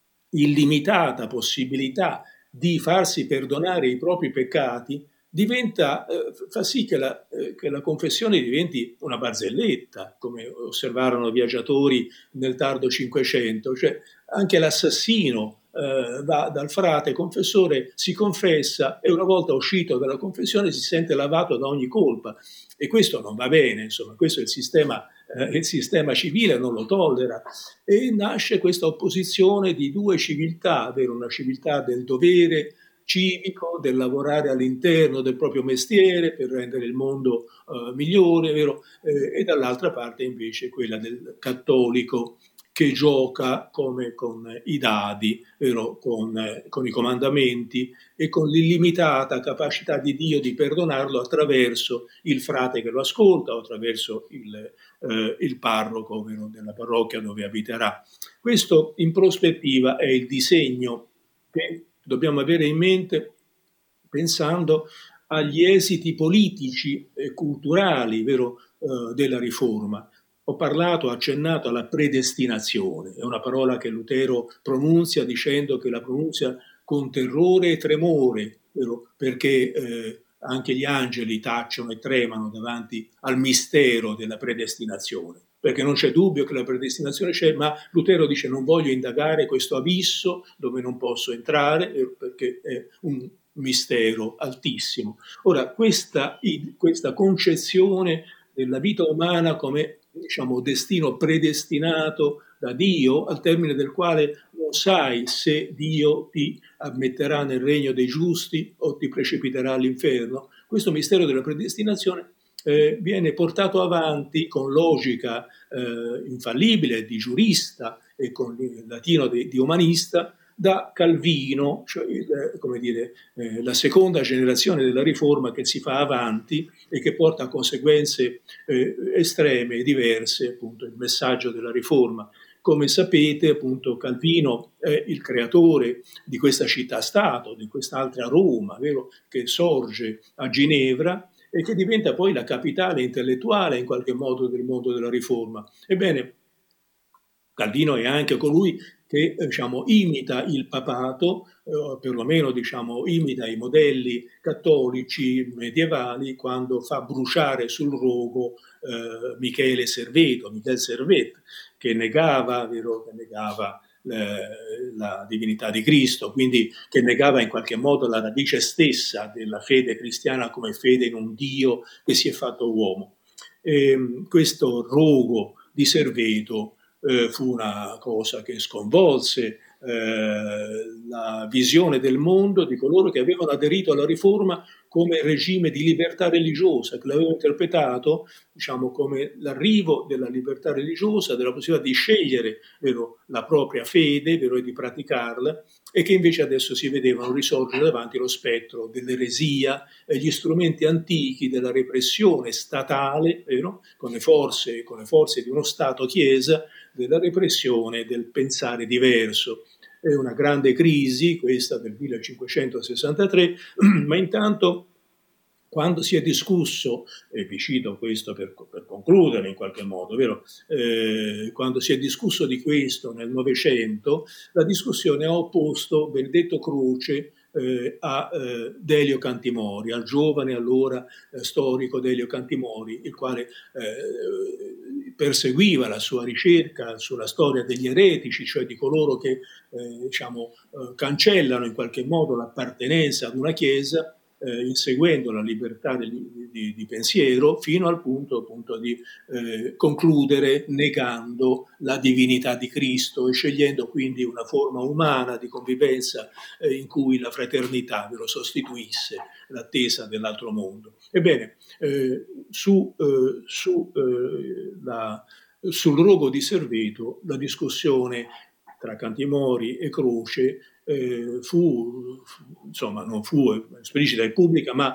illimitata possibilità di farsi perdonare i propri peccati diventa, eh, fa sì che la, eh, che la confessione diventi una barzelletta, come osservarono viaggiatori nel tardo Cinquecento, cioè anche l'assassino eh, va dal frate confessore, si confessa e una volta uscito dalla confessione si sente lavato da ogni colpa, e questo non va bene, insomma, questo è il sistema, eh, il sistema civile non lo tollera, e nasce questa opposizione di due civiltà, ovvero una civiltà del dovere civico, del lavorare all'interno del proprio mestiere per rendere il mondo eh, migliore, vero? Eh, e dall'altra parte invece quella del cattolico che gioca come con i dadi, vero? Con, eh, con i comandamenti e con l'illimitata capacità di Dio di perdonarlo attraverso il frate che lo ascolta o attraverso il, eh, il parroco, vero? Della parrocchia dove abiterà. Questo in prospettiva è il disegno che dobbiamo avere in mente pensando agli esiti politici e culturali, vero, eh, della riforma. Ho parlato, ho accennato alla predestinazione, è una parola che Lutero pronunzia dicendo che la pronunzia con terrore e tremore, vero, perché eh, anche gli angeli tacciono e tremano davanti al mistero della predestinazione, perché non c'è dubbio che la predestinazione c'è, ma Lutero dice non voglio indagare questo abisso dove non posso entrare perché è un mistero altissimo. Ora, questa, questa concezione della vita umana come, diciamo, destino predestinato da Dio, al termine del quale non sai se Dio ti ammetterà nel regno dei giusti o ti precipiterà all'inferno, questo mistero della predestinazione Eh, viene portato avanti con logica eh, infallibile di giurista e con il latino di, di umanista da Calvino, cioè eh, come dire, eh, la seconda generazione della Riforma che si fa avanti e che porta a conseguenze eh, estreme e diverse, appunto, il messaggio della Riforma. Come sapete, appunto, Calvino è il creatore di questa città-stato, di quest'altra Roma, vero? Che sorge a Ginevra e che diventa poi la capitale intellettuale in qualche modo del mondo della Riforma. Ebbene, Calvino è anche colui che diciamo, imita il papato, eh, perlomeno diciamo, imita i modelli cattolici medievali quando fa bruciare sul rogo eh, Michele Serveto, Michel Servet, che negava, vero, che negava eh, la divinità di Cristo, quindi che negava in qualche modo la radice stessa della fede cristiana come fede in un Dio che si è fatto uomo. E questo rogo di Serveto Eh, fu una cosa che sconvolse eh, la visione del mondo di coloro che avevano aderito alla riforma come regime di libertà religiosa, che l'avevano interpretato, diciamo, come l'arrivo della libertà religiosa, della possibilità di scegliere, vero, la propria fede, vero, e di praticarla, e che invece adesso si vedevano risorgere davanti lo spettro dell'eresia e gli strumenti antichi della repressione statale, vero, con le forze, con le forze di uno Stato-Chiesa, della repressione del pensare diverso. È una grande crisi, questa del millecinquecentosessantatré, ma intanto quando si è discusso, e vi cito questo per, per concludere in qualche modo, vero? Eh, quando si è discusso di questo nel Novecento, la discussione ha opposto Benedetto Croce eh, a eh, Delio Cantimori, al giovane allora eh, storico Delio Cantimori, il quale eh, perseguiva la sua ricerca sulla storia degli eretici, cioè di coloro che eh, diciamo, eh, cancellano in qualche modo l'appartenenza ad una chiesa, eh, inseguendo la libertà di, di, di pensiero, fino al punto appunto di eh, concludere negando la divinità di Cristo e scegliendo quindi una forma umana di convivenza eh, in cui la fraternità ve lo sostituisse l'attesa dell'altro mondo. Ebbene, eh, su, eh, su, eh, la, sul rogo di Serveto la discussione tra Cantimori e Croce eh, fu, insomma, non fu esplicita e pubblica, ma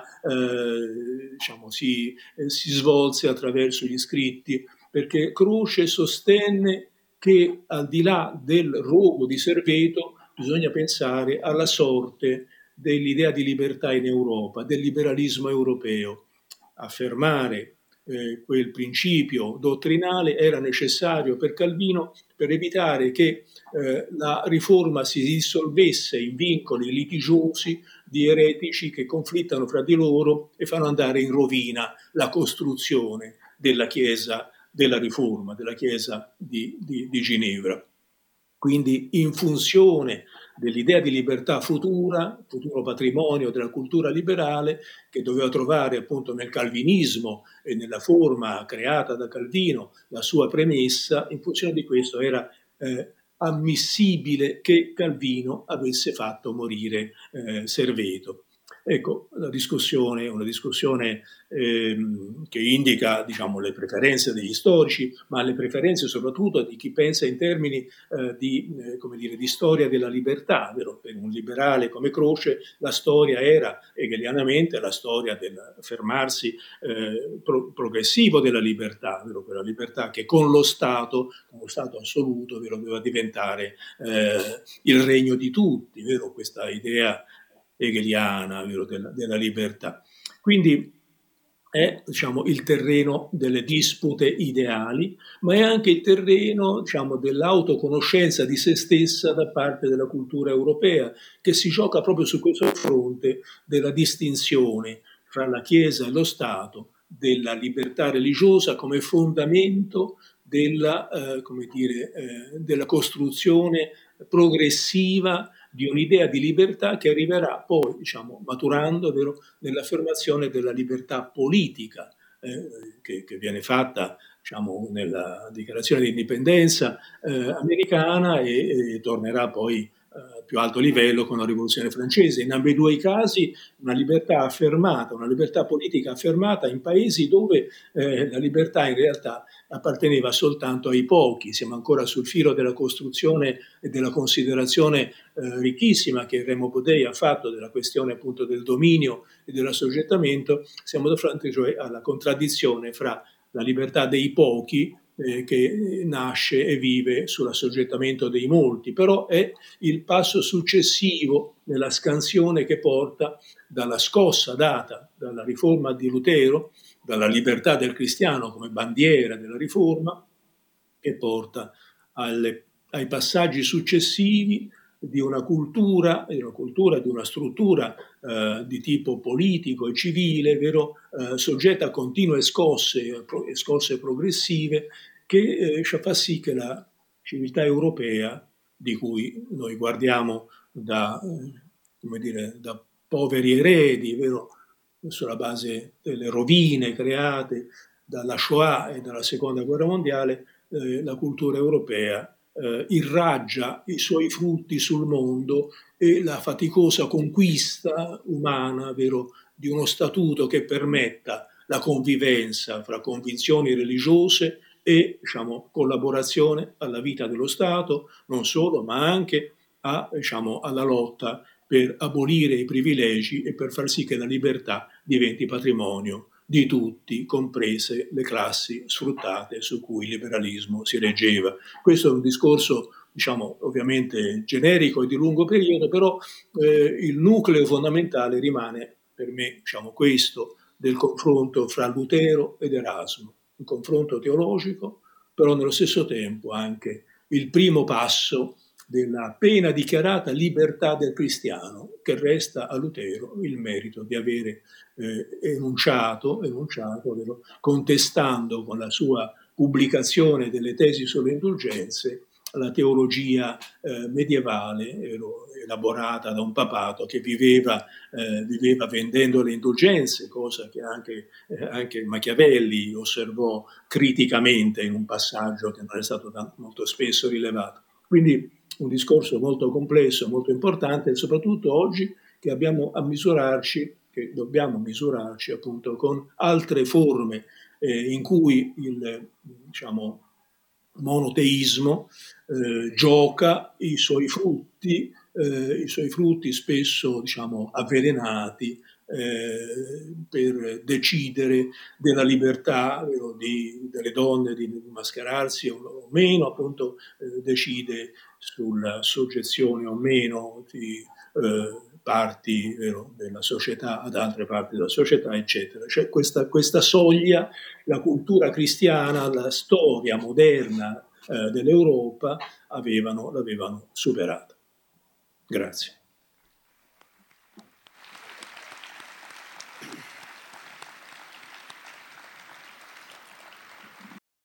eh, diciamo, si, eh, si svolse attraverso gli scritti, perché Croce sostenne che al di là del rogo di Serveto bisogna pensare alla sorte dell'idea di libertà in Europa, del liberalismo europeo. Affermare eh, quel principio dottrinale era necessario per Calvino per evitare che eh, la riforma si dissolvesse in vincoli litigiosi di eretici che conflittano fra di loro e fanno andare in rovina la costruzione della Chiesa della Riforma, della Chiesa di, di, di Ginevra. Quindi in funzione dell'idea di libertà futura, futuro patrimonio della cultura liberale, che doveva trovare appunto nel calvinismo e nella forma creata da Calvino la sua premessa, in funzione di questo era eh, ammissibile che Calvino avesse fatto morire eh, Serveto. Ecco, la discussione è una discussione ehm, che indica, diciamo, le preferenze degli storici, ma le preferenze soprattutto di chi pensa in termini eh, di, eh, come dire, di storia della libertà, vero? Per un liberale come Croce la storia era hegelianamente la storia del fermarsi eh, pro- progressivo della libertà, vero? Quella libertà che con lo Stato, con lo Stato assoluto, vero? Doveva diventare eh, il regno di tutti, vero? Questa idea hegeliana, vero, della, della libertà. Quindi è, diciamo, il terreno delle dispute ideali, ma è anche il terreno, diciamo, dell'autoconoscenza di se stessa da parte della cultura europea, che si gioca proprio su questo fronte della distinzione fra la Chiesa e lo Stato, della libertà religiosa come fondamento della, eh, come dire, eh, della costruzione progressiva di un'idea di libertà che arriverà poi, diciamo, maturando, vero, nell'affermazione della libertà politica eh, che, che viene fatta, diciamo, nella dichiarazione di indipendenza eh, americana e, e tornerà poi a più alto livello con la rivoluzione francese. In ambedue i casi una libertà affermata, una libertà politica affermata in paesi dove eh, la libertà in realtà apparteneva soltanto ai pochi. Siamo ancora sul filo della costruzione e della considerazione eh, ricchissima che Remo Bodei ha fatto della questione appunto del dominio e dell'assoggettamento. Siamo di fronte cioè alla contraddizione fra la libertà dei pochi eh, che nasce e vive sull'assoggettamento dei molti, però è il passo successivo nella scansione che porta dalla scossa data dalla riforma di Lutero, dalla libertà del cristiano come bandiera della riforma, che porta alle, ai passaggi successivi di una cultura, di una, cultura, di una struttura eh, di tipo politico e civile, vero, eh, soggetta a continue scosse, pro, scosse progressive, che eh, fa sì che la civiltà europea, di cui noi guardiamo da, eh, come dire, da poveri eredi, vero, sulla base delle rovine create dalla Shoah e dalla Seconda Guerra Mondiale, eh, la cultura europea eh, irraggia i suoi frutti sul mondo e la faticosa conquista umana, vero, di uno statuto che permetta la convivenza fra convinzioni religiose e, diciamo, collaborazione alla vita dello Stato, non solo, ma anche a, diciamo, alla lotta per abolire i privilegi e per far sì che la libertà diventi patrimonio di tutti, comprese le classi sfruttate su cui il liberalismo si reggeva. Questo è un discorso, diciamo, ovviamente generico e di lungo periodo, però eh, il nucleo fondamentale rimane per me, diciamo, questo del confronto fra Lutero ed Erasmo, un confronto teologico, però nello stesso tempo anche il primo passo della appena dichiarata libertà del cristiano, che resta a Lutero il merito di avere eh, enunciato, enunciato vero, contestando con la sua pubblicazione delle tesi sulle indulgenze la teologia eh, medievale vero, elaborata da un papato che viveva, eh, viveva vendendo le indulgenze, cosa che anche, eh, anche Machiavelli osservò criticamente in un passaggio che non è stato tanto, molto spesso rilevato. Quindi un discorso molto complesso, molto importante, e soprattutto oggi che abbiamo a misurarci, che dobbiamo misurarci appunto con altre forme eh, in cui il, diciamo, monoteismo eh, gioca i suoi frutti, eh, i suoi frutti spesso, diciamo, avvelenati eh, per decidere della libertà vero, di, delle donne di mascherarsi o meno, appunto eh, decide sulla soggezione o meno di eh, parti vero, della società ad altre parti della società, eccetera. Cioè questa, questa soglia, la cultura cristiana, la storia moderna eh, dell'Europa avevano, l'avevano superata. Grazie.